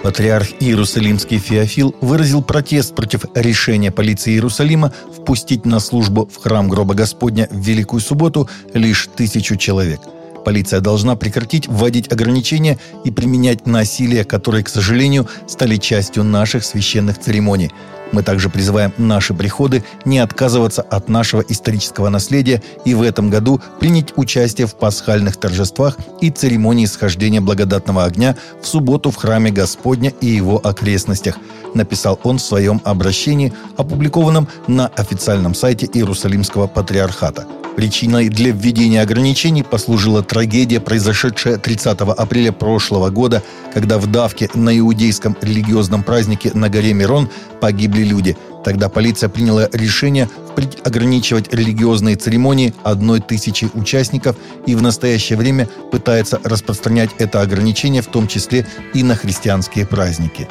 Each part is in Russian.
Патриарх Иерусалимский Феофил выразил протест против решения полиции Иерусалима впустить на службу в храм Гроба Господня в Великую Субботу лишь 1000 человек. Полиция должна прекратить вводить ограничения и применять насилие, которые, к сожалению, стали частью наших священных церемоний. Мы также призываем наши приходы не отказываться от нашего исторического наследия и в этом году принять участие в пасхальных торжествах и церемонии схождения благодатного огня в субботу в храме Господня и его окрестностях, написал он в своем обращении, опубликованном на официальном сайте Иерусалимского патриархата. Причиной для введения ограничений послужила трагедия, произошедшая 30 апреля прошлого года, когда в давке на иудейском религиозном празднике на горе Мирон погибли люди. Тогда полиция приняла решение впредь ограничивать религиозные церемонии 1000 участников и в настоящее время пытается распространять это ограничение, в том числе и на христианские праздники.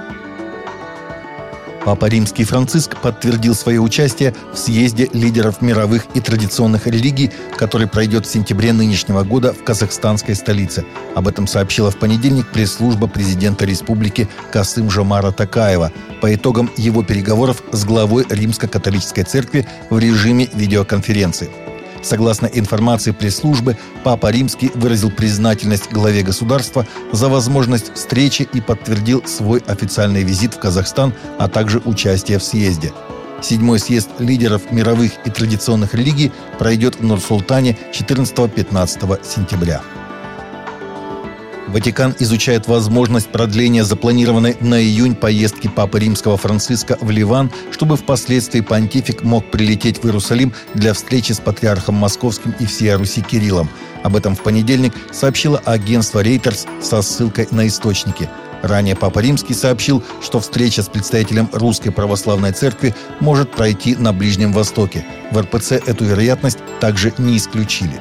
Папа Римский Франциск подтвердил свое участие в съезде лидеров мировых и традиционных религий, который пройдет в сентябре нынешнего года в казахстанской столице. Об этом сообщила в понедельник пресс-служба президента республики Касым-Жомарта Токаева по итогам его переговоров с главой Римско-католической церкви в режиме видеоконференции. Согласно информации пресс-службы, Папа Римский выразил признательность главе государства за возможность встречи и подтвердил свой официальный визит в Казахстан, а также участие в съезде. 7-й съезд лидеров мировых и традиционных религий пройдет в Нур-Султане 14-15 сентября. Ватикан изучает возможность продления запланированной на июнь поездки Папы Римского Франциска в Ливан, чтобы впоследствии понтифик мог прилететь в Иерусалим для встречи с патриархом Московским и всея Руси Кириллом. Об этом в понедельник сообщило агентство Reuters со ссылкой на источники. Ранее Папа Римский сообщил, что встреча с представителем Русской Православной Церкви может пройти на Ближнем Востоке. В РПЦ эту вероятность также не исключили.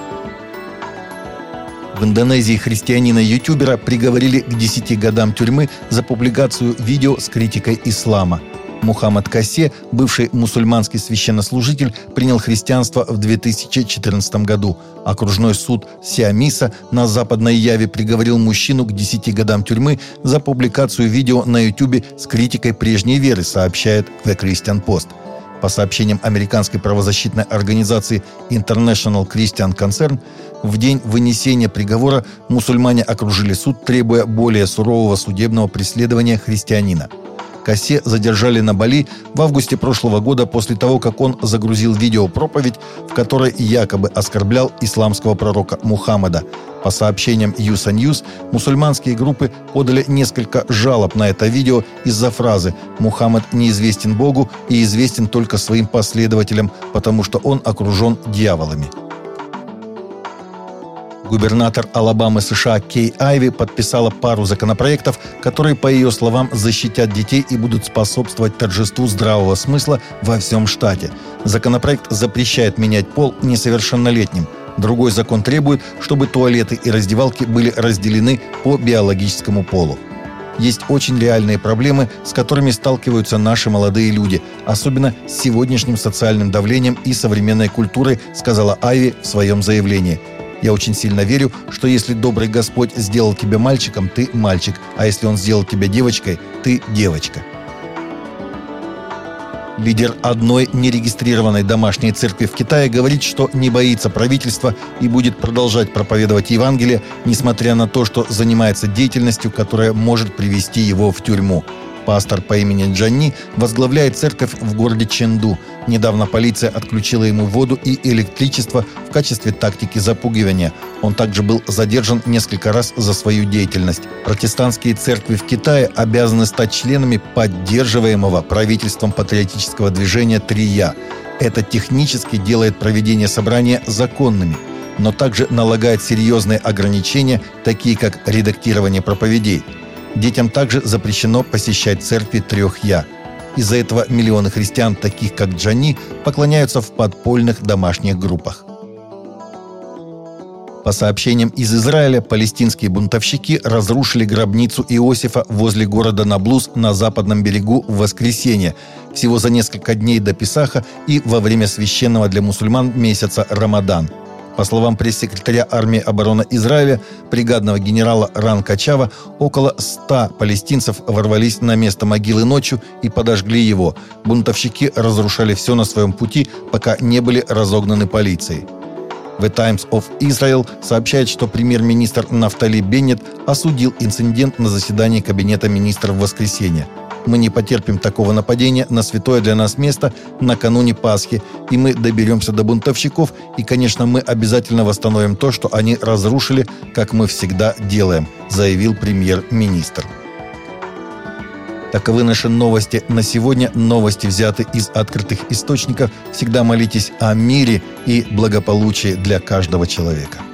В Индонезии христианина-ютубера приговорили к 10 годам тюрьмы за публикацию видео с критикой ислама. Мухаммад Касе, бывший мусульманский священнослужитель, принял христианство в 2014 году. Окружной суд Сиамиса на Западной Яве приговорил мужчину к 10 годам тюрьмы за публикацию видео на ютубе с критикой прежней веры, сообщает The Christian Post. По сообщениям американской правозащитной организации International Christian Concern, в день вынесения приговора мусульмане окружили суд, требуя более сурового судебного преследования христианина. Касе задержали на Бали в августе прошлого года после того, как он загрузил видеопроповедь, в которой якобы оскорблял исламского пророка Мухаммада. По сообщениям USA News, мусульманские группы подали несколько жалоб на это видео из-за фразы «Мухаммад неизвестен Богу и известен только своим последователям, потому что он окружен дьяволами». Губернатор Алабамы США Кей Айви подписала пару законопроектов, которые, по ее словам, защитят детей и будут способствовать торжеству здравого смысла во всем штате. Законопроект запрещает менять пол несовершеннолетним. Другой закон требует, чтобы туалеты и раздевалки были разделены по биологическому полу. Есть очень реальные проблемы, с которыми сталкиваются наши молодые люди, особенно с сегодняшним социальным давлением и современной культурой, сказала Айви в своем заявлении. «Я очень сильно верю, что если добрый Господь сделал тебя мальчиком, ты мальчик, а если Он сделал тебя девочкой, ты девочка». Лидер одной нерегистрированной домашней церкви в Китае говорит, что не боится правительства и будет продолжать проповедовать Евангелие, несмотря на то, что занимается деятельностью, которая может привести его в тюрьму. Пастор по имени Джанни возглавляет церковь в городе Чэнду. Недавно полиция отключила ему воду и электричество в качестве тактики запугивания. Он также был задержан несколько раз за свою деятельность. Протестантские церкви в Китае обязаны стать членами поддерживаемого правительством патриотического движения «Трия». Это технически делает проведение собрания законными, но также налагает серьезные ограничения, такие как редактирование проповедей. Детям также запрещено посещать церкви 3 «Я». Из-за этого миллионы христиан, таких как Джанни, поклоняются в подпольных домашних группах. По сообщениям из Израиля, палестинские бунтовщики разрушили гробницу Иосифа возле города Наблус на западном берегу в воскресенье, всего за несколько дней до Песаха и во время священного для мусульман месяца Рамадан. По словам пресс-секретаря армии обороны Израиля, бригадного генерала Ран Качава, около 100 палестинцев ворвались на место могилы ночью и подожгли его. Бунтовщики разрушали все на своем пути, пока не были разогнаны полицией. The Times of Israel сообщает, что премьер-министр Нафтали Беннет осудил инцидент на заседании Кабинета министров в воскресенье. «Мы не потерпим такого нападения на святое для нас место накануне Пасхи, и мы доберемся до бунтовщиков, и, конечно, мы обязательно восстановим то, что они разрушили, как мы всегда делаем», заявил премьер-министр. Таковы наши новости на сегодня. Новости взяты из открытых источников. Всегда молитесь о мире и благополучии для каждого человека.